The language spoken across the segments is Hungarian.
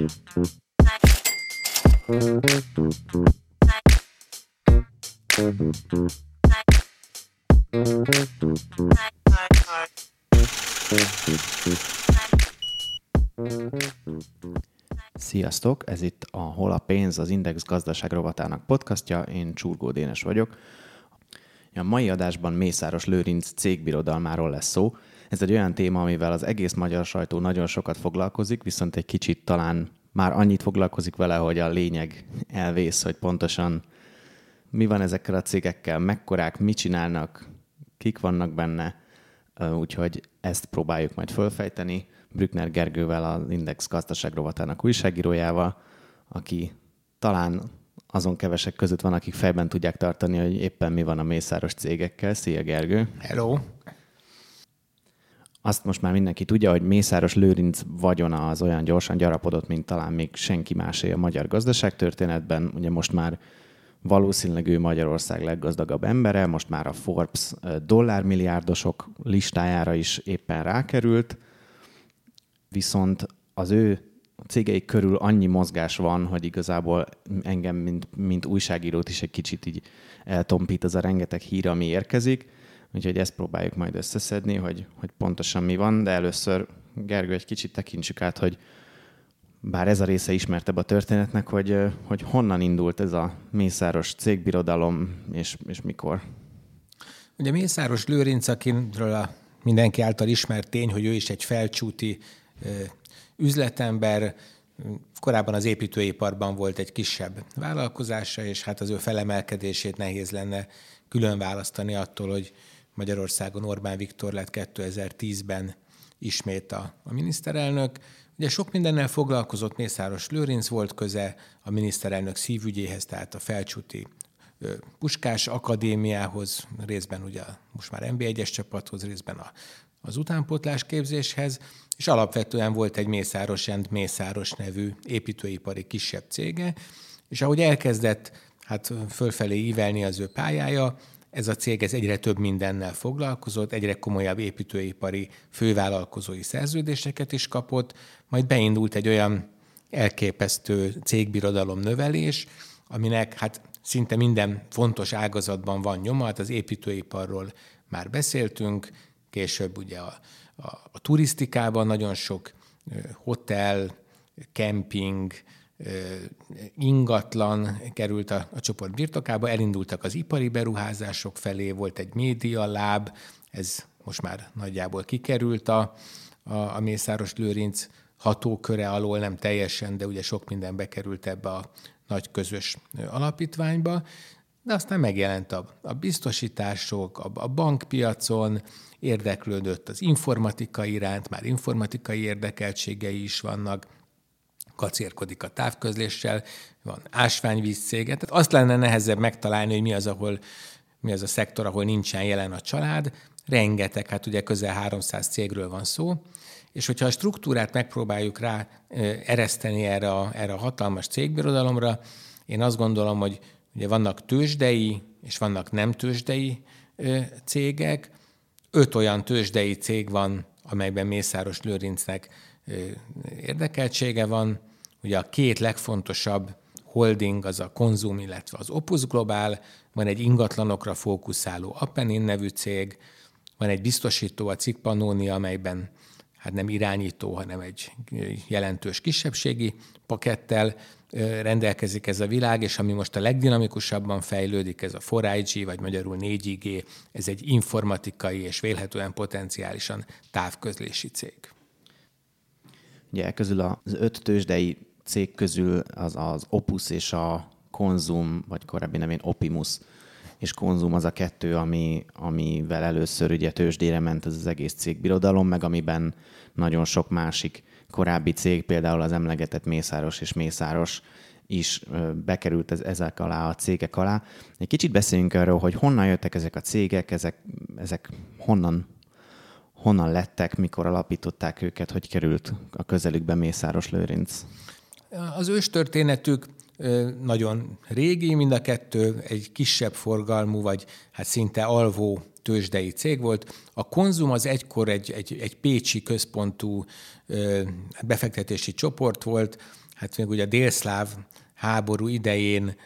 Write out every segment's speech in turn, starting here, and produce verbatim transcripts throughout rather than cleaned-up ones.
Sziasztok! Ez itt a Hol a pénz, az Index gazdaság rovatának podcastja, én Csurgó Dénes vagyok. A mai adásban Mészáros Lőrinc cégbirodalmáról lesz szó. Ez egy olyan téma, amivel az egész magyar sajtó nagyon sokat foglalkozik, viszont egy kicsit talán már annyit foglalkozik vele, hogy a lényeg elvész, hogy pontosan mi van ezekkel a cégekkel, mekkorák, mit csinálnak, kik vannak benne, úgyhogy ezt próbáljuk majd fölfejteni Brückner Gergővel, az Index gazdaság rovatának újságírójával, aki talán azon kevesek között van, akik fejben tudják tartani, hogy éppen mi van a Mészáros cégekkel. Szia, Gergő! Hello! Azt most már mindenki tudja, hogy Mészáros Lőrinc vagyona az olyan gyorsan gyarapodott, mint talán még senki másé a magyar gazdaságtörténetben. Ugye most már valószínűleg ő Magyarország leggazdagabb embere, most már a Forbes dollármilliárdosok listájára is éppen rákerült, viszont az ő cégeik körül annyi mozgás van, hogy igazából engem, mint, mint újságírót is egy kicsit így eltompít az a rengeteg hír, ami érkezik, úgyhogy ezt próbáljuk majd összeszedni, hogy, hogy pontosan mi van, de először, Gergő, egy kicsit tekintsük át, hogy bár ez a része ismertebb a történetnek, hogy, hogy honnan indult ez a Mészáros cégbirodalom, és, és mikor? Ugye Mészáros Lőrinc, akiről a mindenki által ismert tény, hogy ő is egy felcsúti üzletember, korábban az építőiparban volt egy kisebb vállalkozása, és hát az ő felemelkedését nehéz lenne külön választani attól, hogy Magyarországon Orbán Viktor lett kétezer-tízben ismét a, a miniszterelnök. Ugye sok mindennel foglalkozott Mészáros Lőrinc, volt köze a miniszterelnök szívügyéhez, tehát a felcsúti Puskás Akadémiához, részben ugye most már en bé egyes csapathoz, részben a, az utánpótlás képzéshez, és alapvetően volt egy Mészáros and Mészáros nevű építőipari kisebb cége, és ahogy elkezdett hát fölfelé ívelni az ő pályája, ez a cég ez egyre több mindennel foglalkozott, egyre komolyabb építőipari fővállalkozói szerződéseket is kapott, majd beindult egy olyan elképesztő cégbirodalom növelés, aminek hát szinte minden fontos ágazatban van nyoma, hát az építőiparról már beszéltünk, később ugye a, a, a turisztikában nagyon sok hotel, kemping, ingatlan került a, a csoport birtokába, elindultak az ipari beruházások felé, volt egy médialáb, ez most már nagyjából kikerült a, a, a Mészáros Lőrinc hatóköre alól, nem teljesen, de ugye sok minden bekerült ebbe a nagy közös alapítványba, de aztán megjelent a, a biztosítások, a, a bankpiacon, érdeklődött az informatika iránt, már informatikai érdekeltségei is vannak, kacérkodik a távközléssel, van ásványvízcége. Tehát azt lenne nehezebb megtalálni, hogy mi az, ahol, mi az a szektor, ahol nincsen jelen a család. Rengeteg, hát ugye közel háromszáz cégről van szó, és hogyha a struktúrát megpróbáljuk rá ereszteni erre a, erre a hatalmas cégbirodalomra, én azt gondolom, hogy ugye vannak tőzsdei és vannak nem tőzsdei cégek. Öt olyan tőzsdei cég van, amelyben Mészáros Lőrincnek érdekeltsége van. Ugye a két legfontosabb holding az a Konzum, illetve az Opus Global, van egy ingatlanokra fókuszáló Appenin nevű cég, van egy biztosító, a Cikk Pannónia, amelyben hát nem irányító, hanem egy jelentős kisebbségi pakettel rendelkezik ez a világ, és ami most a legdinamikusabban fejlődik, ez a négy I G, vagy magyarul négy I G, ez egy informatikai és vélhetően potenciálisan távközlési cég. Ugye közül az öt tőzsdei cég közül az, az Opus és a Konzum, vagy korábbi nevén Opimus és Konzum az a kettő, ami, amivel először ugye tőzsdére ment ez az egész cégbirodalom, meg amiben nagyon sok másik korábbi cég, például az emlegetett Mészáros és Mészáros is bekerült ezek alá a cégek alá. Egy kicsit beszéljünk arról, hogy honnan jöttek ezek a cégek, ezek, ezek honnan, honnan lettek, mikor alapították őket, hogy került a közelükbe Mészáros Lőrinc. Az őstörténetük nagyon régi, mind a kettő egy kisebb forgalmú, vagy hát szinte alvó tőzsdei cég volt. A Konzum az egykor egy, egy, egy pécsi központú befektetési csoport volt, hát még ugye a délszláv háború idején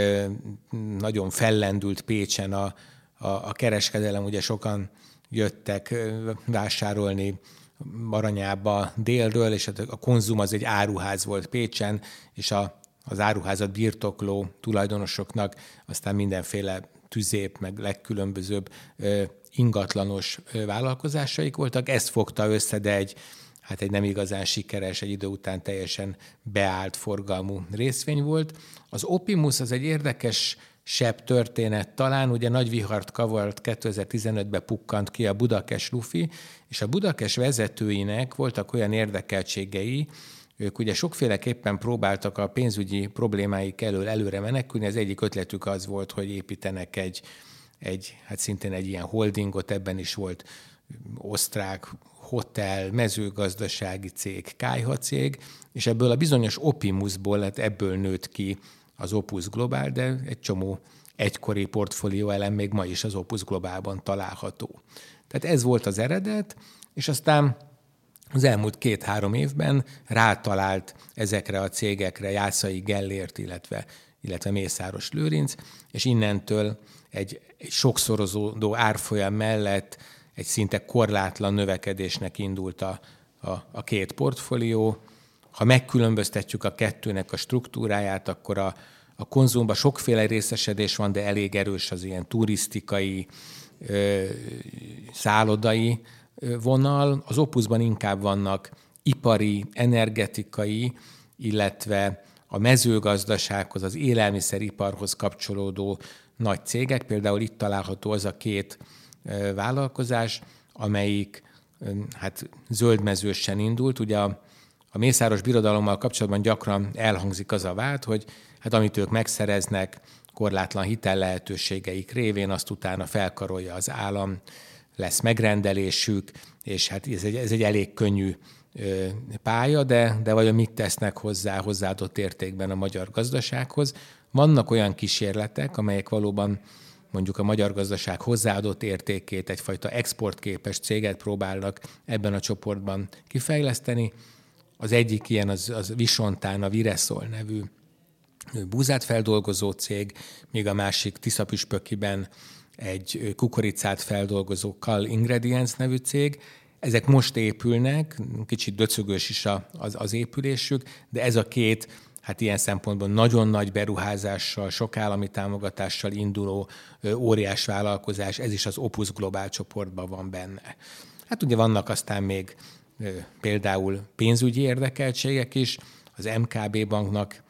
nagyon fellendült Pécsen a, a, a kereskedelem, ugye sokan jöttek vásárolni Aranyába délről, és a Konzum az egy áruház volt Pécsen, és a, az áruházat birtokló tulajdonosoknak aztán mindenféle tüzép, meg legkülönbözőbb ingatlanos vállalkozásaik voltak. Ezt fogta össze, de egy, hát egy nem igazán sikeres, egy idő után teljesen beállt forgalmú részvény volt. Az Opimus az egy érdekesebb történet talán, ugye nagy vihart kavart, kétezer-tizenötben pukkant ki a Budakes lufi, és a Budakes vezetőinek voltak olyan érdekeltségei, ők ugye sokféleképpen próbáltak a pénzügyi problémáik elől előre menekülni. Az egyik ötletük az volt, hogy építenek egy, egy hát szintén egy ilyen holdingot, ebben is volt osztrák hotel, mezőgazdasági cég, kályhacég, és ebből a bizonyos Opimusból, hát ebből nőtt ki az Opus Global, de egy csomó egykori portfólió elem még ma is az Opus Globalban található. Tehát ez volt az eredet, és aztán az elmúlt két-három évben rátalált ezekre a cégekre Jászai Gellért, illetve, illetve Mészáros Lőrinc, és innentől egy, egy sokszorozódó árfolyam mellett egy szinte korlátlan növekedésnek indult a, a, a két portfólió. Ha megkülönböztetjük a kettőnek a struktúráját, akkor a, a Konzumban sokféle részesedés van, de elég erős az ilyen turisztikai, ö, szállodai vonal. Az Opusban inkább vannak ipari, energetikai, illetve a mezőgazdasághoz, az élelmiszeriparhoz kapcsolódó nagy cégek. Például itt található az a két vállalkozás, amelyik hát zöldmezősen indult. Ugye a, a Mészáros Birodalommal kapcsolatban gyakran elhangzik az a vád, hogy hát amit ők megszereznek korlátlan hitel lehetőségeik révén, azt utána felkarolja az állam, lesz megrendelésük, és hát ez egy, ez egy elég könnyű pálya, de, de vajon mit tesznek hozzá hozzáadott értékben a magyar gazdasághoz. Vannak olyan kísérletek, amelyek valóban mondjuk a magyar gazdaság hozzáadott értékét, egyfajta exportképes céget próbálnak ebben a csoportban kifejleszteni. Az egyik ilyen az, az Visontán a Vireszol nevű búzát feldolgozó cég, míg a másik Tiszapüspökiben egy kukoricát feldolgozó Kall Ingredients nevű cég. Ezek most épülnek, kicsit döcögős is az, az épülésük, de ez a két hát ilyen szempontból nagyon nagy beruházással, sok állami támogatással induló óriás vállalkozás, ez is az Opus Global csoportban van benne. Hát ugye vannak aztán még például pénzügyi érdekeltségek is, az em ká bé banknak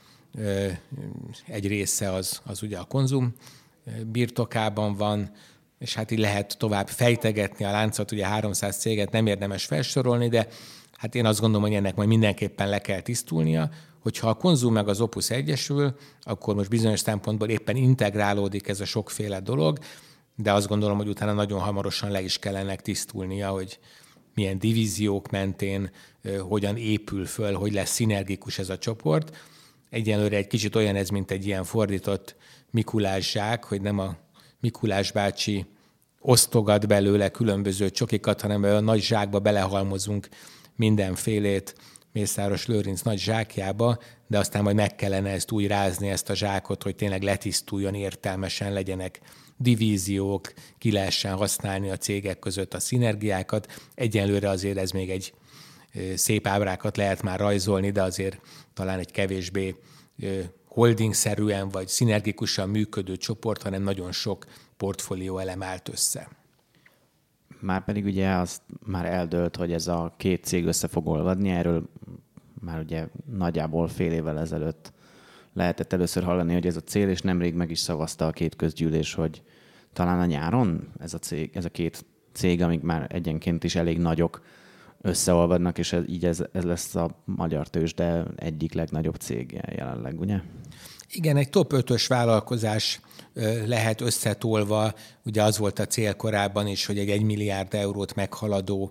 egy része az, az ugye a Konzum birtokában van, és hát így lehet tovább fejtegetni a láncot, ugye háromszáz céget nem érdemes felsorolni, de hát én azt gondolom, hogy ennek majd mindenképpen le kell tisztulnia, hogyha a Konzum meg az Opus egyesül, akkor most bizonyos szempontból éppen integrálódik ez a sokféle dolog, de azt gondolom, hogy utána nagyon hamarosan le is kellene tisztulnia, hogy milyen divíziók mentén hogyan épül föl, hogy lesz szinergikus ez a csoport. Egyenlőre egy kicsit olyan ez, mint egy ilyen fordított Mikulás zsák, hogy nem a Mikulás bácsi osztogat belőle különböző csokikat, hanem a nagy zsákba belehalmozunk mindenfélét Mészáros Lőrinc nagy zsákjába, de aztán majd meg kellene ezt úgy rázni, ezt a zsákot, hogy tényleg letisztuljon, értelmesen legyenek divíziók, ki lehessen használni a cégek között a szinergiákat. Egyenlőre azért ez még egy szép ábrákat lehet már rajzolni, de azért talán egy kevésbé holdingszerűen vagy szinergikusan működő csoport, hanem nagyon sok portfólió elem állt össze. Már pedig ugye az már eldőlt, hogy ez a két cég össze fog olvadni, erről már ugye nagyjából fél évvel ezelőtt lehetett először hallani, hogy ez a cél, és nemrég meg is szavazta a két közgyűlés, hogy talán a nyáron ez a, cég, ez a két cég, amik már egyenként is elég nagyok, összeolvadnak, és ez, így ez, ez lesz a magyar tőzsde egyik legnagyobb cég jelenleg, ugye? Igen, egy top ötös vállalkozás lehet összetolva. Ugye az volt a cél korábban is, hogy egy egy milliárd eurót meghaladó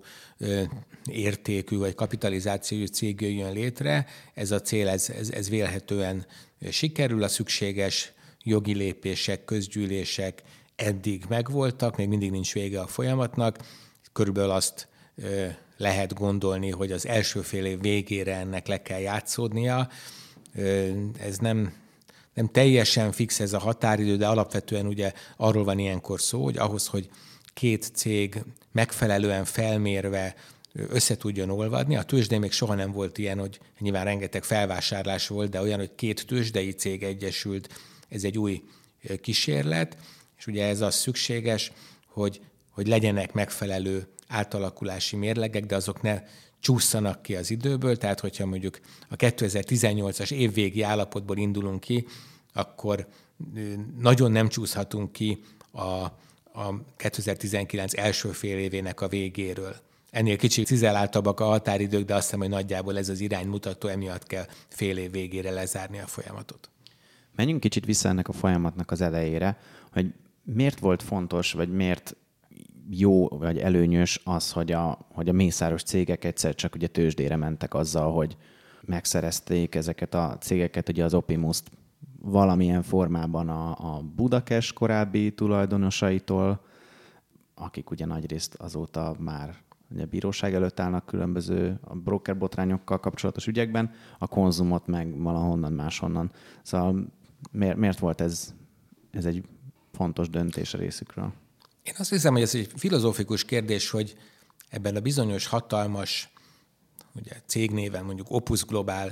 értékű vagy kapitalizációjú cég jöjjön létre. Ez a cél, ez, ez, ez vélhetően sikerül. A szükséges jogi lépések, közgyűlések eddig megvoltak, még mindig nincs vége a folyamatnak. Körülbelül azt lehet gondolni, hogy az első fél év végére ennek le kell játszódnia. Ez nem, nem teljesen fix ez a határidő, de alapvetően ugye arról van ilyenkor szó, hogy ahhoz, hogy két cég megfelelően felmérve össze tudjon olvadni. A tőzsdén még soha nem volt ilyen, hogy nyilván rengeteg felvásárlás volt, de olyan, hogy két tőzsdei cég egyesült, ez egy új kísérlet, és ugye ez az szükséges, hogy, hogy legyenek megfelelő átalakulási mérlegek, de azok ne csússzanak ki az időből, tehát hogyha mondjuk a kétezer-tizennyolcas évvégi állapotból indulunk ki, akkor nagyon nem csúszhatunk ki a, a kétezer-tizenkilenc első fél évének a végéről. Ennél kicsit cizelláltabbak a határidők, de azt hiszem, hogy nagyjából ez az iránymutató, emiatt kell fél év végére lezárni a folyamatot. Menjünk kicsit vissza ennek a folyamatnak az elejére, hogy miért volt fontos, vagy miért jó, vagy előnyös az, hogy a, hogy a mészáros cégek egyszer csak ugye tőzsdére mentek azzal, hogy megszerezték ezeket a cégeket, ugye az Opimust valamilyen formában a, a Budakes korábbi tulajdonosaitól, akik ugye nagyrészt azóta már ugye bíróság előtt állnak különböző a broker botrányokkal kapcsolatos ügyekben, a Konzumot meg valahonnan máshonnan. Szóval miért, miért volt ez, ez egy fontos döntés a részükről? Én azt hiszem, hogy ez egy filozófikus kérdés, hogy ebben a bizonyos hatalmas ugye, cégnéven, mondjuk Opus Global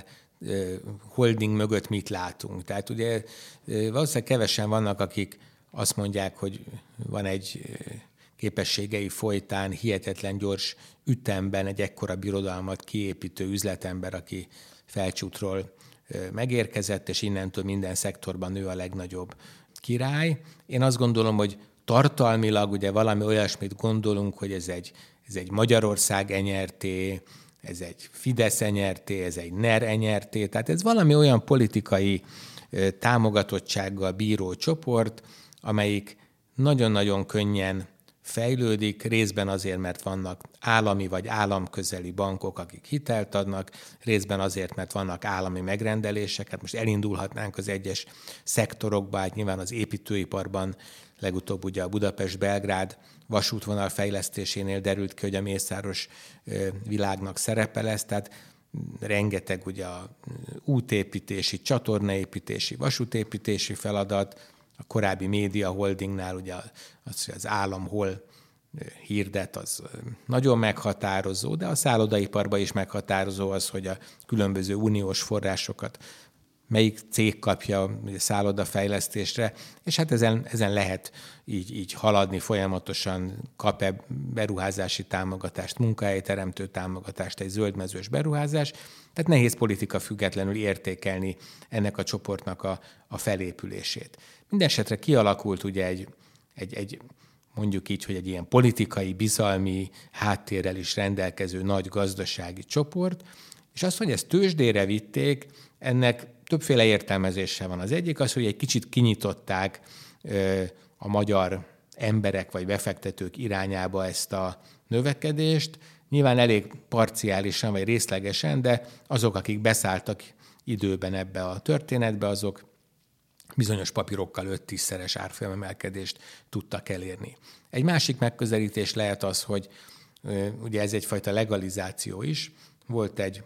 holding mögött mit látunk. Tehát ugye valószínűleg kevesen vannak, akik azt mondják, hogy van egy képességei folytán hihetetlen gyors ütemben egy ekkora birodalmat kiépítő üzletember, aki felcsútról megérkezett, és innentől minden szektorban ő a legnagyobb király. Én azt gondolom, hogy tartalmilag ugye valami olyasmit gondolunk, hogy ez egy, ez egy Magyarország enyerté, ez egy Fidesz enyerté, ez egy NER enyerté, tehát ez valami olyan politikai támogatottsággal bíró csoport, amelyik nagyon-nagyon könnyen fejlődik, részben azért, mert vannak állami vagy államközeli bankok, akik hitelt adnak, részben azért, mert vannak állami megrendelések. Hát most elindulhatnánk az egyes szektorokba, hát nyilván az építőiparban, legutóbb ugye a Budapest-Belgrád vasútvonal fejlesztésénél derült ki, hogy a mészáros világnak szerepe lesz, tehát rengeteg ugye a útépítési, csatornaépítési, vasútépítési feladat, a korábbi média holdingnál ugye az, hogy az állam hol hirdet, az nagyon meghatározó, de a szállodaiparban is meghatározó az, hogy a különböző uniós forrásokat melyik cég kapja a szállodafejlesztésre, és hát ezen, ezen lehet így, így haladni folyamatosan, kap-e beruházási támogatást, munkahelyteremtő támogatást, egy zöldmezős beruházás, tehát nehéz politika függetlenül értékelni ennek a csoportnak a, a felépülését. Mindenesetre kialakult ugye egy, egy, egy mondjuk így, hogy egy ilyen politikai, bizalmi háttérrel is rendelkező nagy gazdasági csoport, és azt, hogy ezt tőzsdére vitték, ennek többféle értelmezése van. Az egyik az, hogy egy kicsit kinyitották a magyar emberek vagy befektetők irányába ezt a növekedést. Nyilván elég parciálisan vagy részlegesen, de azok, akik beszálltak időben ebbe a történetbe, azok bizonyos papírokkal öt-tízszeres árfolyamemelkedést tudtak elérni. Egy másik megközelítés lehet az, hogy ugye ez egyfajta legalizáció is. Volt egy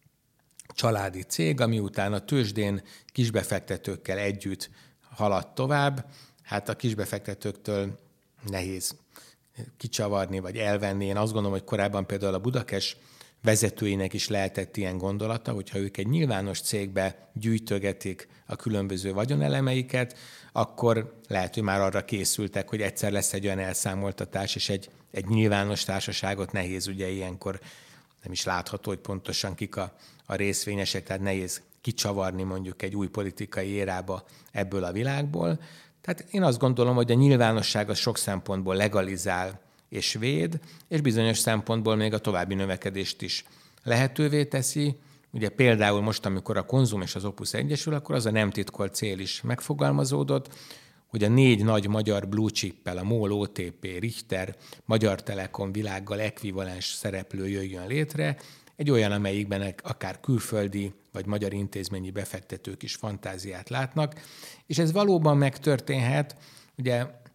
családi cég, ami után a tőzsdén kisbefektetőkkel együtt haladt tovább. Hát a kisbefektetőktől nehéz kicsavarni vagy elvenni. Én azt gondolom, hogy korábban például a Budakes vezetőinek is lehetett ilyen gondolata, hogyha ők egy nyilvános cégbe gyűjtögetik a különböző vagyonelemeiket, akkor lehet, hogy már arra készültek, hogy egyszer lesz egy olyan elszámoltatás, és egy, egy nyilvános társaságot nehéz ugye ilyenkor, nem is látható, hogy pontosan kik a, a részvényesek, tehát nehéz kicsavarni mondjuk egy új politikai érába ebből a világból. Tehát én azt gondolom, hogy a nyilvánosság az sok szempontból legalizál és véd, és bizonyos szempontból még a további növekedést is lehetővé teszi. Ugye például most, amikor a Konzum és az Opus egyesül, akkor az a nem titkolt cél is megfogalmazódott, hogy a négy nagy magyar blue chippel, a MOL, o té pé, Richter, Magyar Telekom világgal ekvivalens szereplő jöjjön létre, egy olyan, amelyikben akár külföldi vagy magyar intézményi befektetők is fantáziát látnak, és ez valóban megtörténhet. Ugye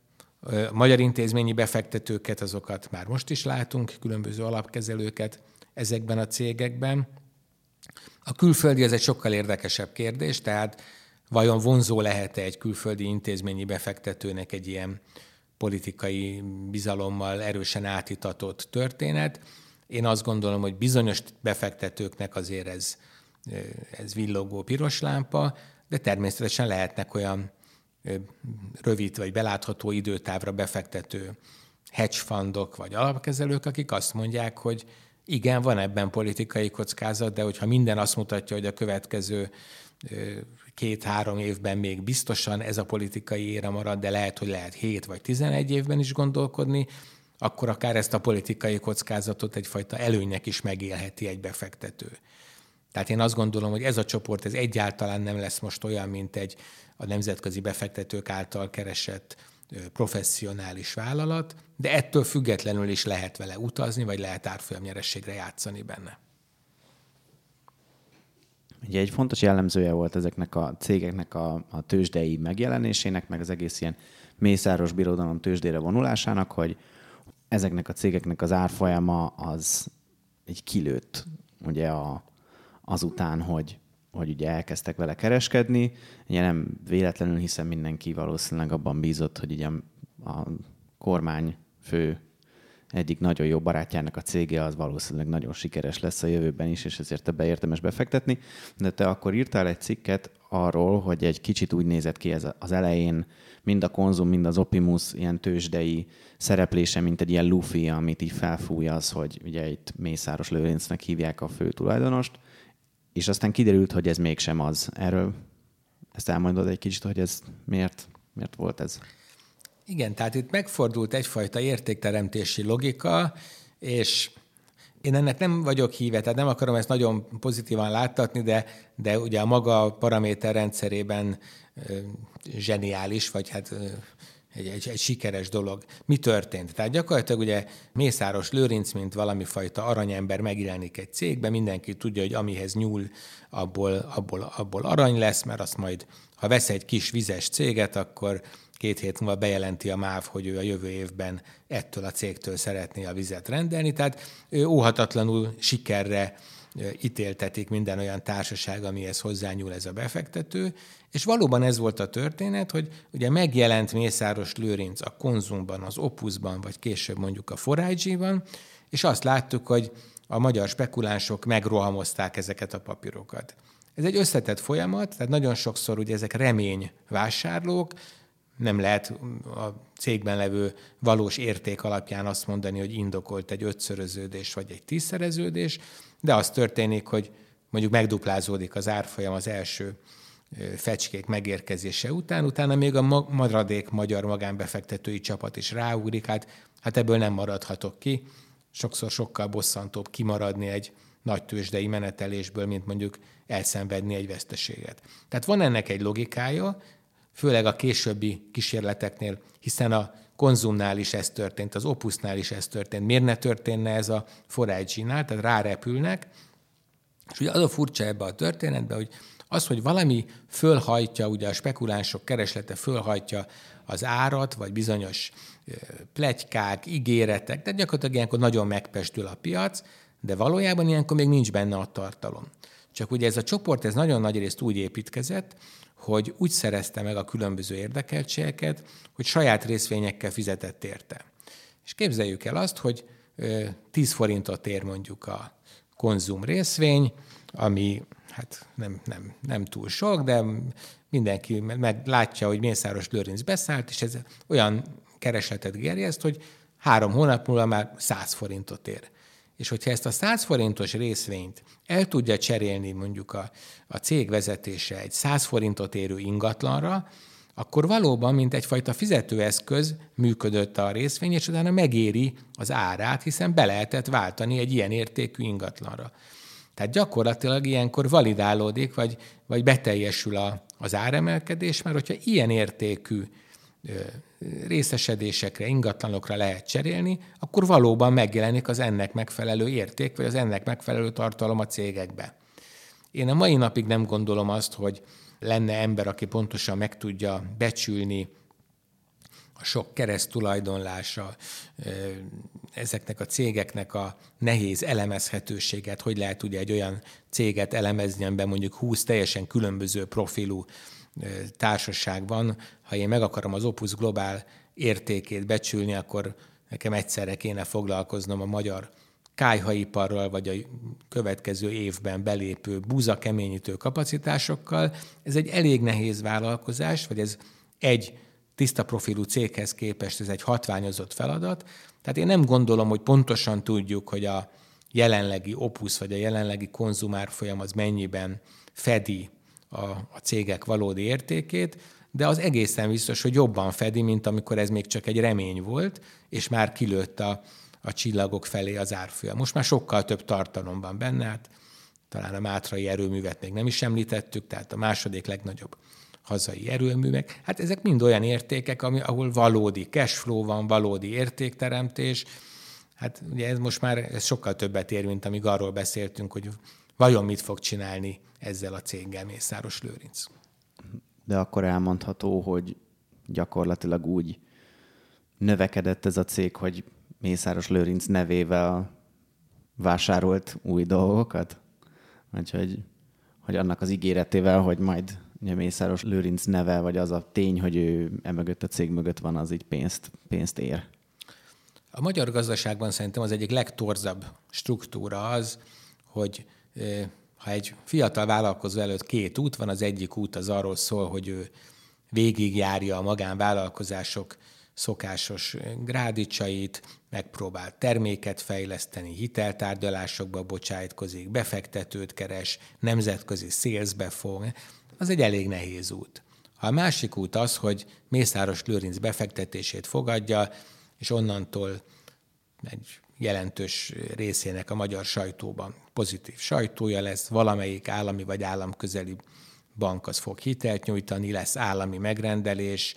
Magyar intézményi befektetőket, azokat már most is látunk, különböző alapkezelőket ezekben a cégekben. A külföldi ez egy sokkal érdekesebb kérdés, tehát vajon vonzó lehet-e egy külföldi intézményi befektetőnek egy ilyen politikai bizalommal erősen átitatott történet? Én azt gondolom, hogy bizonyos befektetőknek azért ez, ez villogó piros lámpa, de természetesen lehetnek olyan rövid vagy belátható időtávra befektető hedge fundok vagy alapkezelők, akik azt mondják, hogy igen, van ebben politikai kockázat, de hogyha minden azt mutatja, hogy a következő két-három évben még biztosan ez a politikai éra marad, de lehet, hogy lehet hét vagy tizenegy évben is gondolkodni, akkor akár ezt a politikai kockázatot egyfajta előnynek is megélheti egy befektető. Tehát én azt gondolom, hogy ez a csoport ez egyáltalán nem lesz most olyan, mint egy a nemzetközi befektetők által keresett professzionális vállalat, de ettől függetlenül is lehet vele utazni, vagy lehet árfolyamnyerességre játszani benne. Ugye egy fontos jellemzője volt ezeknek a cégeknek a, a tőzsdei megjelenésének, meg az egész ilyen mészáros birodalom tőzsdére vonulásának, hogy ezeknek a cégeknek az árfolyama az egy kilőtt ugye a, azután, hogy, hogy ugye elkezdtek vele kereskedni. Ugye nem véletlenül, hiszen mindenki valószínűleg abban bízott, hogy ugye a kormány fő egyik nagyon jó barátjának a cége az valószínűleg nagyon sikeres lesz a jövőben is, és ezért ebbe érdemes befektetni. De te akkor írtál egy cikket arról, hogy egy kicsit úgy nézett ki ez az elején, mind a Konzum, mind az Opimus ilyen tőzsdei szereplése, mint egy ilyen lufi, amit így felfúj az, hogy ugye itt Mészáros Lőrincnek hívják a fő tulajdonost, és aztán kiderült, hogy ez mégsem az. Erről ezt elmondod egy kicsit, hogy ez miért, miért volt ez? Igen, tehát itt megfordult egyfajta értékteremtési logika, és én ennek nem vagyok híve, tehát nem akarom ezt nagyon pozitívan láttatni, de, de ugye a maga paraméter rendszerében ö, zseniális, vagy hát ö, egy, egy, egy sikeres dolog. Mi történt? Tehát gyakorlatilag ugye Mészáros Lőrinc, mint valami fajta aranyember megjelenik egy cégben, mindenki tudja, hogy amihez nyúl, abból, abból, abból arany lesz, mert azt majd, ha vesz egy kis vizes céget, akkor két hét múlva bejelenti a MÁV, hogy ő a jövő évben ettől a cégtől szeretné a vizet rendelni. Tehát ő óhatatlanul sikerre ítéltetik minden olyan társaság, amihez hozzányúl ez a befektető. És valóban ez volt a történet, hogy ugye megjelent Mészáros Lőrinc a Konzumban, az Opusban, vagy később mondjuk a four I G-ban, és azt láttuk, hogy a magyar spekulánsok megrohamozták ezeket a papírokat. Ez egy összetett folyamat, tehát nagyon sokszor ugye ezek reményvásárlók, nem lehet a cégben levő valós érték alapján azt mondani, hogy indokolt egy ötszöröződés vagy egy tízszereződés, de az történik, hogy mondjuk megduplázódik az árfolyam az első fecskék megérkezése után, utána még a maradék magyar magánbefektetői csapat is ráugrik, hát, hát ebből nem maradhatok ki. Sokszor sokkal bosszantóbb kimaradni egy nagy tőzsdei menetelésből, mint mondjuk elszenvedni egy veszteséget. Tehát van ennek egy logikája, főleg a későbbi kísérleteknél, hiszen a Konzumnál is ez történt, az Opusnál is ez történt. Miért ne történne ez a four I G-nál? Tehát rárepülnek. És ugye az a furcsa ebbe a történetben, hogy az, hogy valami fölhajtja, ugye a spekulánsok kereslete fölhajtja az árat, vagy bizonyos pletykák, ígéretek, tehát gyakorlatilag ilyenkor nagyon megpesdül a piac, de valójában ilyenkor még nincs benne a tartalom. Csak ugye ez a csoport, ez nagyon nagy részt úgy építkezett, hogy úgy szerezte meg a különböző érdekeltségeket, hogy saját részvényekkel fizetett érte. És képzeljük el azt, hogy tíz forintot ér mondjuk a Konzum részvény, ami hát nem, nem, nem túl sok, de mindenki meg látja, hogy Mészáros Lőrinc beszállt, és ez olyan keresletet gerjeszt, hogy három hónap múlva már száz forintot ér. És hogyha ezt a száz forintos részvényt el tudja cserélni mondjuk a, a cég vezetése egy száz forintot érő ingatlanra, akkor valóban, mint egyfajta fizetőeszköz működött a részvény, és utána megéri az árát, hiszen be lehetett váltani egy ilyen értékű ingatlanra. Tehát gyakorlatilag ilyenkor validálódik, vagy, vagy beteljesül a, az áremelkedés, mert hogyha ilyen értékű részesedésekre, ingatlanokra lehet cserélni, akkor valóban megjelenik az ennek megfelelő érték, vagy az ennek megfelelő tartalom a cégekbe. Én a mai napig nem gondolom azt, hogy lenne ember, aki pontosan meg tudja becsülni a sok keresztulajdonlása, ezeknek a cégeknek a nehéz elemezhetőséget, hogy lehet ugye egy olyan céget elemezni, amiben mondjuk húsz teljesen különböző profilú társaság van. Ha én meg akarom az Opus Global értékét becsülni, akkor nekem egyszerre kéne foglalkoznom a magyar kályhaiparral, vagy a következő évben belépő búzakeményítő kapacitásokkal. Ez egy elég nehéz vállalkozás, vagy ez egy tiszta profilú céghez képest ez egy hatványozott feladat. Tehát én nem gondolom, hogy pontosan tudjuk, hogy a jelenlegi Opus, vagy a jelenlegi konzumárfolyam az mennyiben fedi a, a cégek valódi értékét, de az egészen biztos, hogy jobban fedi, mint amikor ez még csak egy remény volt, és már kilőtt a, a csillagok felé az árfolyam. Most már sokkal több tartalom van benne, hát talán a mátrai erőművet még nem is említettük, tehát a második legnagyobb hazai erőművek. Hát ezek mind olyan értékek, ami, ahol valódi cashflow van, valódi értékteremtés. Hát ugye ez most már ez sokkal többet ér, mint amíg arról beszéltünk, hogy vajon mit fog csinálni ezzel a céggel Mészáros Lőrinc. De akkor elmondható, hogy gyakorlatilag úgy növekedett ez a cég, hogy Mészáros Lőrinc nevével vásárolt új dolgokat? Vagy hogy, hogy annak az ígéretével, hogy majd ugye Mészáros Lőrinc neve, vagy az a tény, hogy ő emögött a cég mögött van, az így pénzt, pénzt ér. A magyar gazdaságban szerintem az egyik legtorzabb struktúra az, hogy ha egy fiatal vállalkozó előtt két út van, az egyik út az arról szól, hogy ő végigjárja a magánvállalkozások szokásos grádicsait, megpróbál terméket fejleszteni, hiteltárgyalásokba bocsájtkozik, befektetőt keres, nemzetközi salesbe fog. Az egy elég nehéz út. A másik út az, hogy Mészáros Lőrinc befektetését fogadja, és onnantól egy jelentős részének a magyar sajtóban pozitív sajtója lesz, valamelyik állami vagy államközeli bank az fog hitelt nyújtani, lesz állami megrendelés,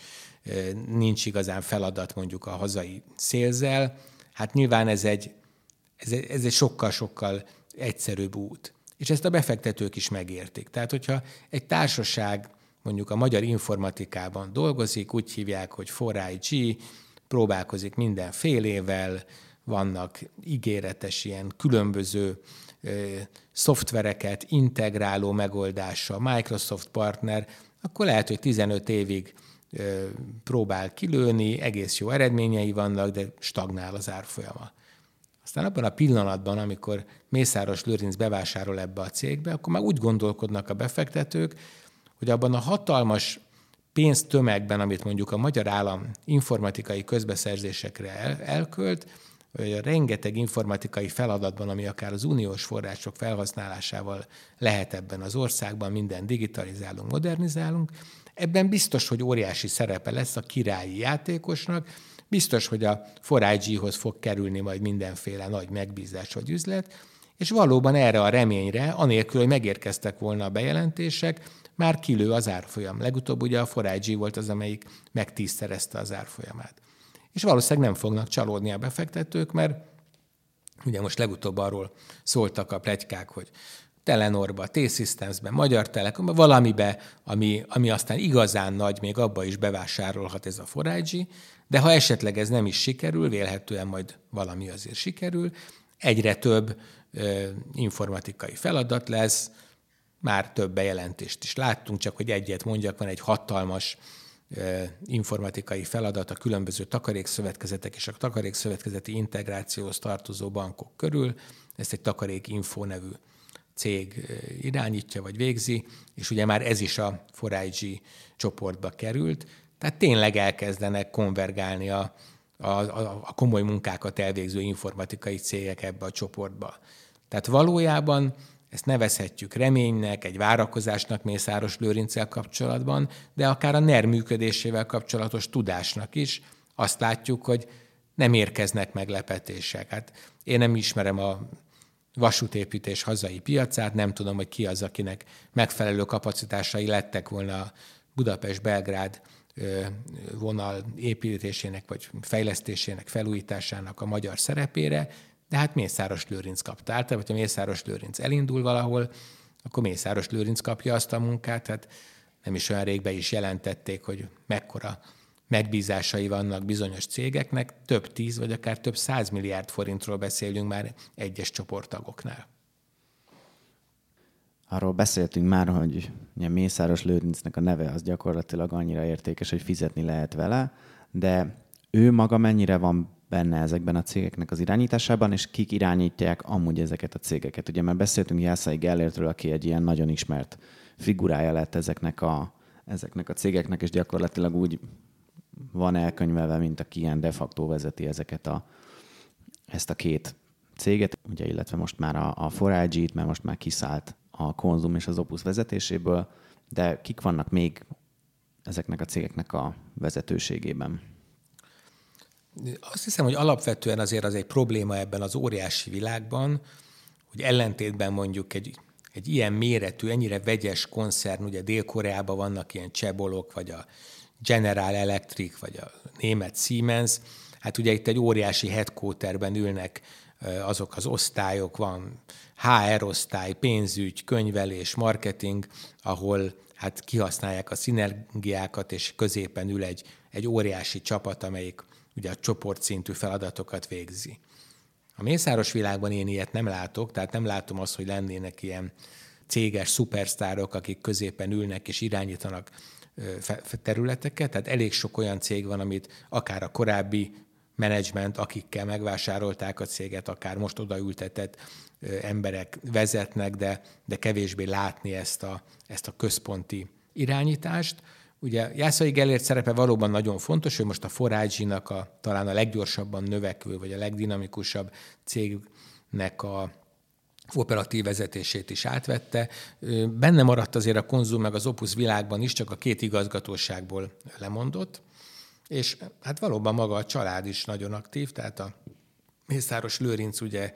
nincs igazán feladat mondjuk a hazai szélzel. Hát nyilván ez egy, ez egy, ez egy sokkal-sokkal egyszerűbb út. És ezt a befektetők is megértik. Tehát, hogyha egy társaság mondjuk a magyar informatikában dolgozik, úgy hívják, hogy four I G, próbálkozik mindenfélével, vannak ígéretes ilyen különböző ö, szoftvereket integráló megoldása, Microsoft partner, akkor lehet, hogy tizenöt évig ö, próbál kilőni, egész jó eredményei vannak, de stagnál az árfolyama. Aztán abban a pillanatban, amikor Mészáros Lőrinc bevásárol ebbe a cégbe, akkor már úgy gondolkodnak a befektetők, hogy abban a hatalmas pénztömegben, amit mondjuk a magyar állam informatikai közbeszerzésekre el, elkölt, vagy a rengeteg informatikai feladatban, ami akár az uniós források felhasználásával lehet ebben az országban, minden digitalizálunk, modernizálunk, ebben biztos, hogy óriási szerepe lesz a királyi játékosnak, biztos, hogy a four I G-hoz fog kerülni majd mindenféle nagy megbízás vagy üzlet, és valóban erre a reményre, anélkül, hogy megérkeztek volna a bejelentések, már kilő az árfolyam. Legutóbb ugye a four I G volt az, amelyik megtízszerezte az árfolyamát. És valószínűleg nem fognak csalódni a befektetők, mert ugye most legutóbb arról szóltak a pletykák, hogy Telenorba, T-Systemsben, Magyar Telekomba, valamibe, ami, ami aztán igazán nagy, még abba is bevásárolhat ez a four I G, de ha esetleg ez nem is sikerül, vélhetően majd valami azért sikerül, egyre több ö, informatikai feladat lesz, már több bejelentést is láttunk, csak hogy egyet mondjak, van egy hatalmas ö, informatikai feladat a különböző takarékszövetkezetek és a takarékszövetkezeti integrációhoz tartozó bankok körül. Ezt egy Takarékinfo nevű cég irányítja vagy végzi, és ugye már ez is a four I G csoportba került. Tehát tényleg elkezdenek konvergálni a, a, a komoly munkákat elvégző informatikai cégek ebbe a csoportba. Tehát valójában ezt nevezhetjük reménynek, egy várakozásnak Mészáros Lőrinccel kapcsolatban, de akár a NER működésével kapcsolatos tudásnak is. Azt látjuk, hogy nem érkeznek meglepetések. Hát én nem ismerem a vasútépítés hazai piacát, nem tudom, hogy ki az, akinek megfelelő kapacitásai lettek volna a Budapest-Belgrád vonal építésének, vagy fejlesztésének, felújításának a magyar szerepére, de hát Mészáros Lőrinc kapta. Általában, hogyha Mészáros Lőrinc elindul valahol, akkor Mészáros Lőrinc kapja azt a munkát, hát nem is olyan rég be is jelentették, hogy mekkora megbízásai vannak bizonyos cégeknek, több tíz vagy akár több száz milliárd forintról beszélünk már egyes csoporttagoknál. Arról beszéltünk már, hogy ugye Mészáros Lőrincnek a neve az gyakorlatilag annyira értékes, hogy fizetni lehet vele, de ő maga mennyire van benne ezekben a cégeknek az irányításában, és kik irányítják amúgy ezeket a cégeket. Ugye már beszéltünk Jászai Gellértről, aki egy ilyen nagyon ismert figurája lett ezeknek a, ezeknek a cégeknek, és gyakorlatilag úgy van elkönyvelve, mint aki ilyen de facto vezeti ezeket a, ezt a két céget, ugye, illetve most már a, a four I G-t, mert most már kiszállt a Konzum és az Opus vezetéséből, de kik vannak még ezeknek a cégeknek a vezetőségében? Azt hiszem, hogy alapvetően azért az egy probléma ebben az óriási világban, hogy ellentétben mondjuk egy, egy ilyen méretű, ennyire vegyes koncern, ugye Dél-Koreában vannak ilyen Csebolok, vagy a General Electric, vagy a német Siemens, hát ugye itt egy óriási headquarterben ülnek azok az osztályok, van há er osztály, pénzügy, könyvelés, marketing, ahol hát kihasználják a szinergiákat, és középen ül egy, egy óriási csapat, amelyik ugye a csoportszintű feladatokat végzi. A mészáros világban én ilyet nem látok, tehát nem látom azt, hogy lennének ilyen céges szupersztárok, akik középen ülnek és irányítanak területeket, tehát elég sok olyan cég van, amit akár a korábbi menedzsment, akikkel megvásárolták a céget, akár most odaültetett emberek vezetnek, de, de kevésbé látni ezt a, ezt a központi irányítást. Ugye Jászai Gellért szerepe valóban nagyon fontos, hogy most a four I G-nak a, talán a leggyorsabban növekvő, vagy a legdinamikusabb cégnek a operatív vezetését is átvette. Benne maradt azért a Konzum meg az Opus világban is, csak a két igazgatóságból lemondott, és hát valóban maga a család is nagyon aktív, tehát a Mészáros Lőrinc ugye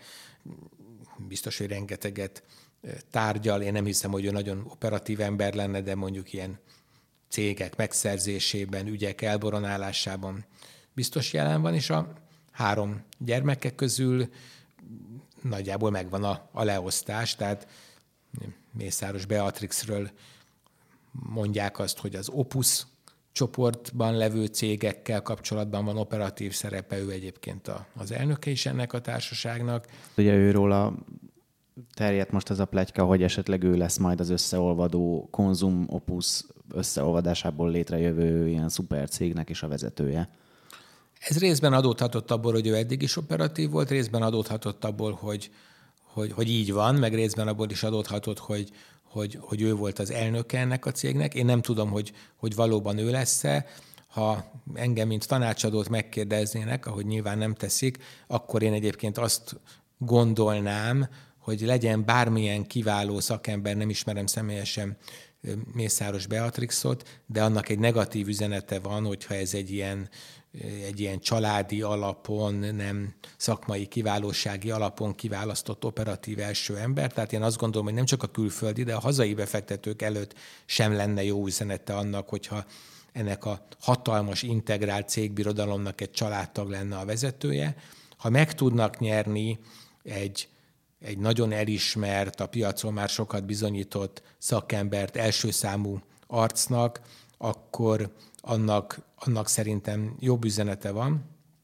biztos, hogy rengeteget tárgyal, én nem hiszem, hogy ő nagyon operatív ember lenne, de mondjuk ilyen cégek megszerzésében, ügyek elboronálásában biztos jelen van, és a három gyermekek közül nagyjából megvan a, a leosztás, tehát Mészáros Beatrixről mondják azt, hogy az Opus csoportban levő cégekkel kapcsolatban van operatív szerepe, ő egyébként a, az elnöke is ennek a társaságnak. Ugye őróla terjedt most ez a pletyka, hogy esetleg ő lesz majd az összeolvadó Konzum Opus összeolvadásából létrejövő ilyen szuper cégnek is a vezetője. Ez részben adódhatott abból, hogy ő eddig is operatív volt, részben adódhatott abból, hogy, hogy, hogy így van, meg részben abból is adódhatott, hogy, hogy, hogy ő volt az elnöke ennek a cégnek. Én nem tudom, hogy, hogy valóban ő lesz-e. Ha engem, mint tanácsadót megkérdeznének, ahogy nyilván nem teszik, akkor én egyébként azt gondolnám, hogy legyen bármilyen kiváló szakember, nem ismerem személyesen Mészáros Beatrixot, de annak egy negatív üzenete van, hogyha ez egy ilyen, egy ilyen családi alapon, nem szakmai kiválósági alapon kiválasztott operatív első ember. Tehát én azt gondolom, hogy nem csak a külföldi, de a hazai befektetők előtt sem lenne jó üzenete annak, hogyha ennek a hatalmas integrált cégbirodalomnak egy családtag lenne a vezetője. Ha meg tudnak nyerni egy egy nagyon elismert, a piacon már sokat bizonyított szakembert elsőszámú arcnak, akkor annak, annak szerintem jobb üzenete van.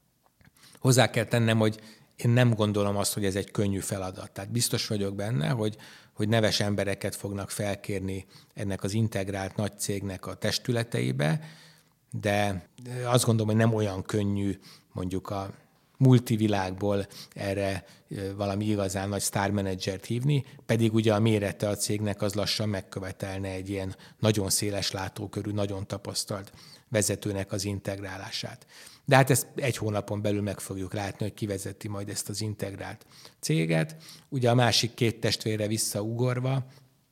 Hozzá kell tennem, hogy én nem gondolom azt, hogy ez egy könnyű feladat. Tehát biztos vagyok benne, hogy, hogy neves embereket fognak felkérni ennek az integrált nagy cégnek a testületeibe, de azt gondolom, hogy nem olyan könnyű mondjuk a multivilágból erre valami igazán nagy sztármenedzsert hívni, pedig ugye a mérete a cégnek az lassan megkövetelne egy ilyen nagyon széles látókörű, nagyon tapasztalt vezetőnek az integrálását. De hát ezt egy hónapon belül meg fogjuk látni, hogy ki vezeti majd ezt az integrált céget. Ugye a másik két testvére visszaugorva,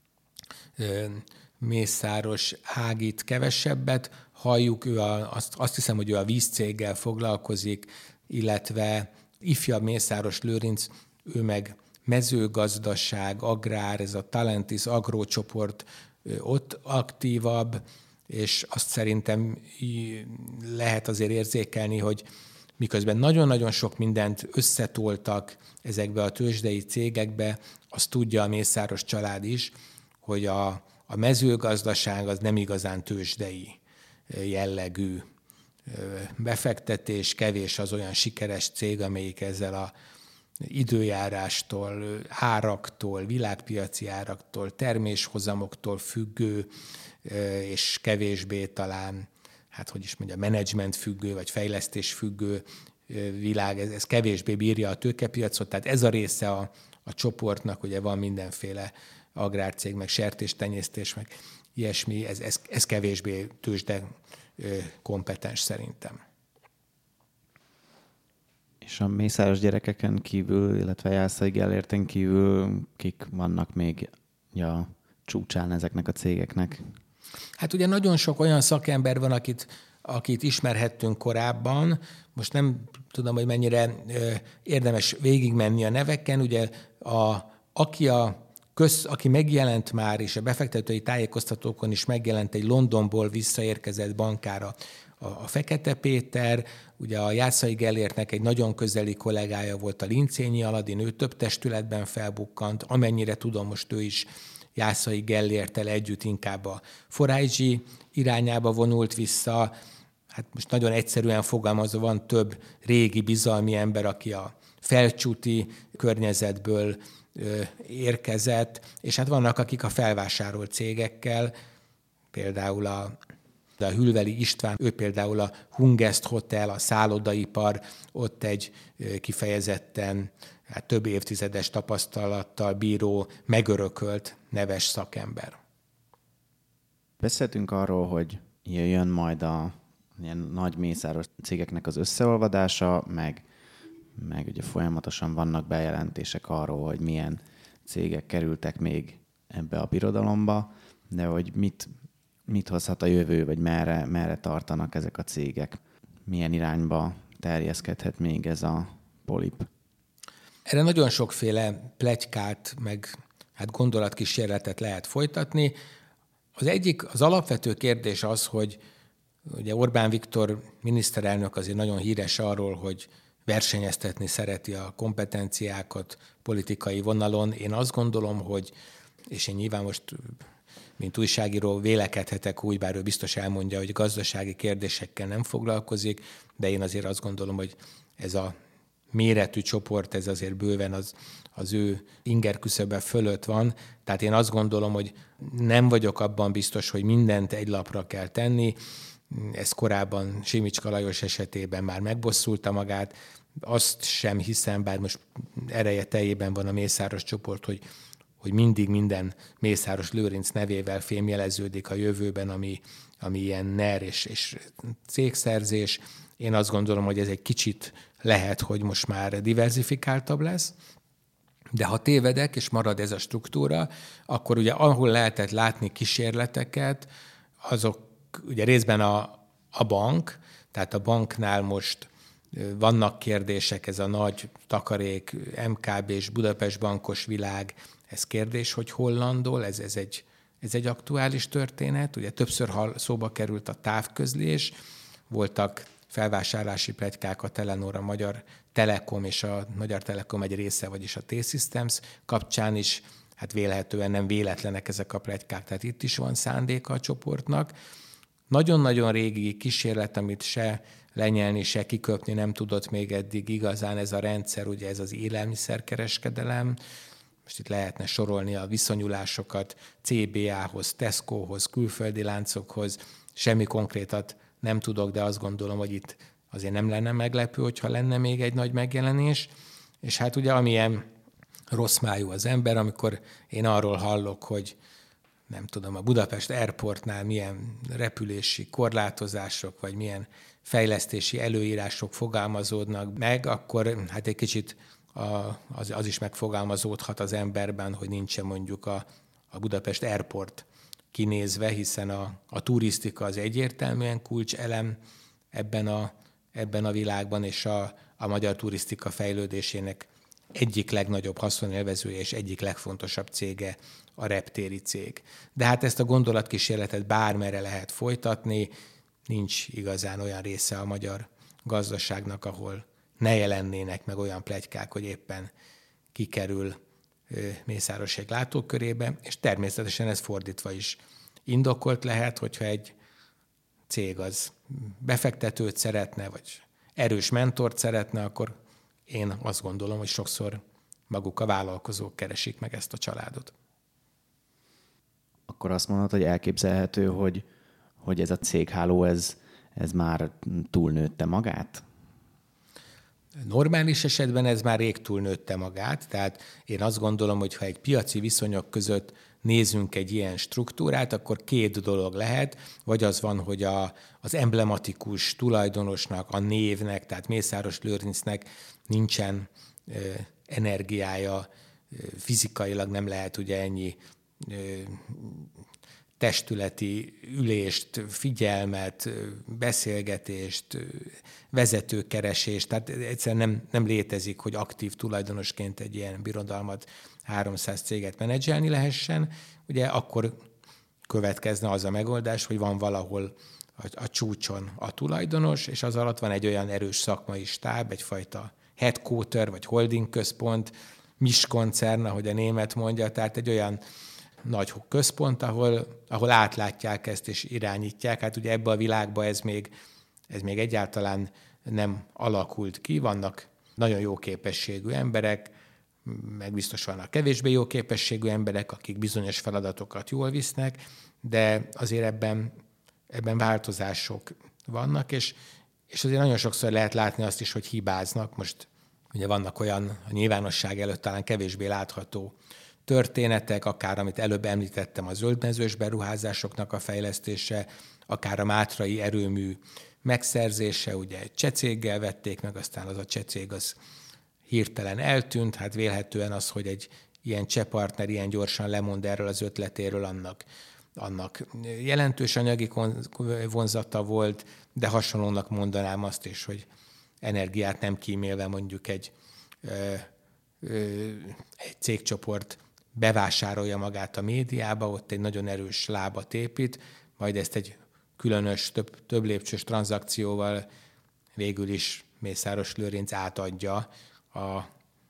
Mészáros Ágit kevesebbet halljuk, ő a, azt, azt hiszem, hogy ő a vízcéggel foglalkozik, illetve ifjabb Mészáros Lőrinc, ő meg mezőgazdaság, agrár, ez a Talentis agrócsoport ott aktívabb, és azt szerintem lehet azért érzékelni, hogy miközben nagyon-nagyon sok mindent összetoltak ezekbe a tőzsdei cégekbe, azt tudja a Mészáros család is, hogy a, a mezőgazdaság az nem igazán tőzsdei jellegű befektetés, kevés az olyan sikeres cég, amelyik ezzel a időjárástól, áraktól, világpiaci áraktól, terméshozamoktól függő, és kevésbé talán, hát hogy is mondja, menedzsment függő, vagy fejlesztés függő világ, ez, ez kevésbé bírja a tőkepiacot, tehát ez a része a, a csoportnak, ugye van mindenféle agrárcég, meg sertéstenyésztés, meg ilyesmi, ez, ez, ez kevésbé tőzsde kompetens szerintem. És a mészáros gyerekeken kívül, illetve Jászai Gellérten kívül kik vannak még a csúcsán ezeknek a cégeknek? Hát ugye nagyon sok olyan szakember van, akit, akit ismerhettünk korábban. Most nem tudom, hogy mennyire érdemes végigmenni a neveken. Ugye a, aki, a köz, aki megjelent már, és a befektetői tájékoztatókon is megjelent egy Londonból visszaérkezett bankára, a, a Fekete Péter, ugye a Jászai Gellértnek egy nagyon közeli kollégája volt a Lincényi Aladin, ő több testületben felbukkant, amennyire tudom, most ő is Jászai Gellérttel együtt inkább a Forágyi irányába vonult vissza. Hát most nagyon egyszerűen fogalmazva van több régi bizalmi ember, aki a felcsúti környezetből ö, érkezett, és hát vannak, akik a felvásárolt cégekkel, például a, a Hülveli István, ő például a Hungest Hotel, a szállodaipar, ott egy ö, kifejezetten hát több évtizedes tapasztalattal bíró, megörökölt neves szakember. Beszéltünk arról, hogy jön majd a ilyen nagy mészáros cégeknek az összeolvadása, meg, meg ugye folyamatosan vannak bejelentések arról, hogy milyen cégek kerültek még ebbe a birodalomba, de hogy mit, mit hozhat a jövő, vagy merre, merre tartanak ezek a cégek, milyen irányba terjeszkedhet még ez a polip. Erre nagyon sokféle pletykát, meg hát gondolatkísérletet lehet folytatni. Az egyik, az alapvető kérdés az, hogy ugye Orbán Viktor miniszterelnök azért nagyon híres arról, hogy versenyeztetni szereti a kompetenciákat politikai vonalon. Én azt gondolom, hogy, és én nyilván most, mint újságíró vélekedhetek úgy, bár ő biztos elmondja, hogy gazdasági kérdésekkel nem foglalkozik, de én azért azt gondolom, hogy ez a méretű csoport, ez azért bőven az, az ő ingerküszöbe fölött van. Tehát én azt gondolom, hogy nem vagyok abban biztos, hogy mindent egy lapra kell tenni. Ez korábban Simicska Lajos esetében már megbosszulta magát. Azt sem hiszem, bár most ereje teljében van a Mészáros csoport, hogy, hogy mindig minden Mészáros Lőrinc nevével fémjeleződik a jövőben, ami, ami ilyen NER és, és cégszerzés. Én azt gondolom, hogy ez egy kicsit lehet, hogy most már diversifikáltabb lesz, de ha tévedek, és marad ez a struktúra, akkor ugye ahol lehetett látni kísérleteket, azok ugye részben a, a bank, tehát a banknál most vannak kérdések, ez a nagy takarék, em ká bé-s Budapest bankos világ, ez kérdés, hogy hol landol, ez, ez, egy, ez egy aktuális történet. Ugye többször szóba került a távközlés, voltak felvásárlási pletykák a Telenor, a Magyar Telekom és a Magyar Telekom egy része, vagyis a T-Systems kapcsán is, hát vélhetően nem véletlenek ezek a pletykák, tehát itt is van szándéka a csoportnak. Nagyon-nagyon régi kísérlet, amit se lenyelni, se kiköpni nem tudott még eddig igazán ez a rendszer, ugye ez az élelmiszerkereskedelem. Most itt lehetne sorolni a viszonyulásokat cé bé á-hoz, Tesco-hoz, külföldi láncokhoz, semmi konkrétat nem tudok, de azt gondolom, hogy itt azért nem lenne meglepő, hogyha lenne még egy nagy megjelenés. És hát ugye amilyen rossz májú az ember, amikor én arról hallok, hogy nem tudom, a Budapest Airportnál milyen repülési korlátozások, vagy milyen fejlesztési előírások fogalmazódnak meg, akkor hát egy kicsit a, az, az is megfogalmazódhat az emberben, hogy nincsen mondjuk a, a Budapest Airport kinézve, hiszen a, a turisztika az egyértelműen kulcselem ebben a, ebben a világban, és a, a magyar turisztika fejlődésének egyik legnagyobb haszonélvezője és egyik legfontosabb cége a reptéri cég. De hát ezt a gondolatkísérletet bármerre lehet folytatni, nincs igazán olyan része a magyar gazdaságnak, ahol ne jelennének meg olyan pletykák, hogy éppen kikerül Mészárosék látókörébe, és természetesen ez fordítva is indokolt lehet, hogyha egy cég az befektetőt szeretne, vagy erős mentort szeretne, akkor én azt gondolom, hogy sokszor maguk a vállalkozók keresik meg ezt a családot. Akkor azt mondod, hogy elképzelhető, hogy, hogy ez a cégháló, ez, ez már túlnőtte magát? Normális esetben ez már rég túlnőtte magát, tehát én azt gondolom, hogy ha egy piaci viszonyok között nézünk egy ilyen struktúrát, akkor két dolog lehet, vagy az van, hogy a, az emblematikus tulajdonosnak, a névnek, tehát Mészáros Lőrincnek nincsen ö, energiája, ö, fizikailag nem lehet ugye ennyi ö, testületi ülést, figyelmet, beszélgetést, vezetőkeresést, tehát egyszerűen nem, nem létezik, hogy aktív tulajdonosként egy ilyen birodalmat, háromszáz céget menedzselni lehessen. Ugye akkor következne az a megoldás, hogy van valahol a, a csúcson a tulajdonos, és az alatt van egy olyan erős szakmai stáb, egyfajta headquarter, vagy holding központ, miskoncern, ahogy a német mondja, tehát egy olyan nagy központ, ahol, ahol átlátják ezt és irányítják. Hát ugye ebbe a világba ez még, ez még egyáltalán nem alakult ki. Vannak nagyon jó képességű emberek, meg biztos vannak kevésbé jó képességű emberek, akik bizonyos feladatokat jól visznek, de azért ebben, ebben változások vannak, és, és azért nagyon sokszor lehet látni azt is, hogy hibáznak. Most ugye vannak olyan a nyilvánosság előtt talán kevésbé látható történetek, akár amit előbb említettem, a zöldmezős beruházásoknak a fejlesztése, akár a mátrai erőmű megszerzése, ugye egy cseh céggel vették meg, aztán az a cseh cég az hirtelen eltűnt, hát vélhetően az, hogy egy ilyen cseh partner ilyen gyorsan lemond erről az ötletéről, annak, annak jelentős anyagi vonzata volt, de hasonlónak mondanám azt is, hogy energiát nem kímélve mondjuk egy, ö, ö, egy cégcsoport bevásárolja magát a médiába, ott egy nagyon erős lábat épít, majd ezt egy különös, több, több lépcsős tranzakcióval végül is Mészáros Lőrinc átadja a, a,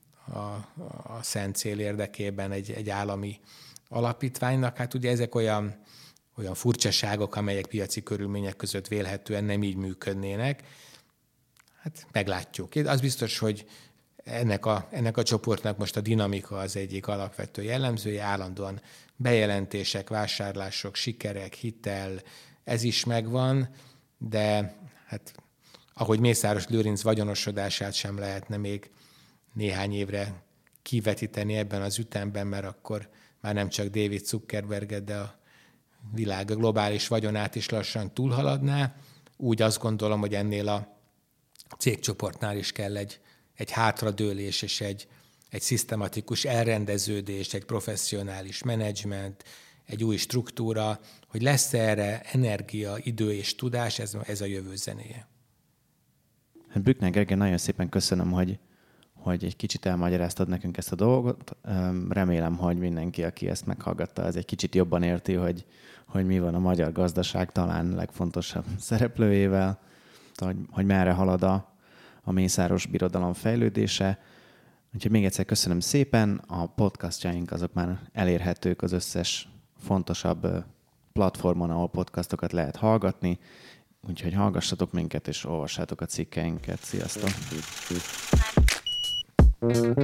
a szent cél érdekében egy, egy állami alapítványnak. Hát ugye ezek olyan, olyan furcsaságok, amelyek piaci körülmények között vélhetően nem így működnének. Hát meglátjuk. Az biztos, hogy ennek a, ennek a csoportnak most a dinamika az egyik alapvető jellemzője, állandóan bejelentések, vásárlások, sikerek, hitel, ez is megvan, de hát ahogy Mészáros Lőrinc vagyonosodását sem lehetne még néhány évre kivetíteni ebben az ütemben, mert akkor már nem csak David Zuckerberget, de a világ globális vagyonát is lassan túlhaladná. Úgy azt gondolom, hogy ennél a cégcsoportnál is kell egy, egy hátradőlés és egy, egy szisztematikus elrendeződés, egy professzionális menedzsment, egy új struktúra, hogy lesz erre energia, idő és tudás, ez, ez a jövő zenéje. Hát Brückner Gergely, nagyon szépen köszönöm, hogy, hogy egy kicsit elmagyaráztad nekünk ezt a dolgot. Remélem, hogy mindenki, aki ezt meghallgatta, az egy kicsit jobban érti, hogy, hogy mi van a magyar gazdaság talán legfontosabb szereplőjével, hogy, hogy merre halad a, a Mészáros birodalom fejlődése. Úgyhogy még egyszer köszönöm szépen. A podcastjaink azok már elérhetők az összes fontosabb platformon, ahol podcastokat lehet hallgatni. Úgyhogy hallgassatok minket, és olvassátok a cikkeinket. Sziasztok!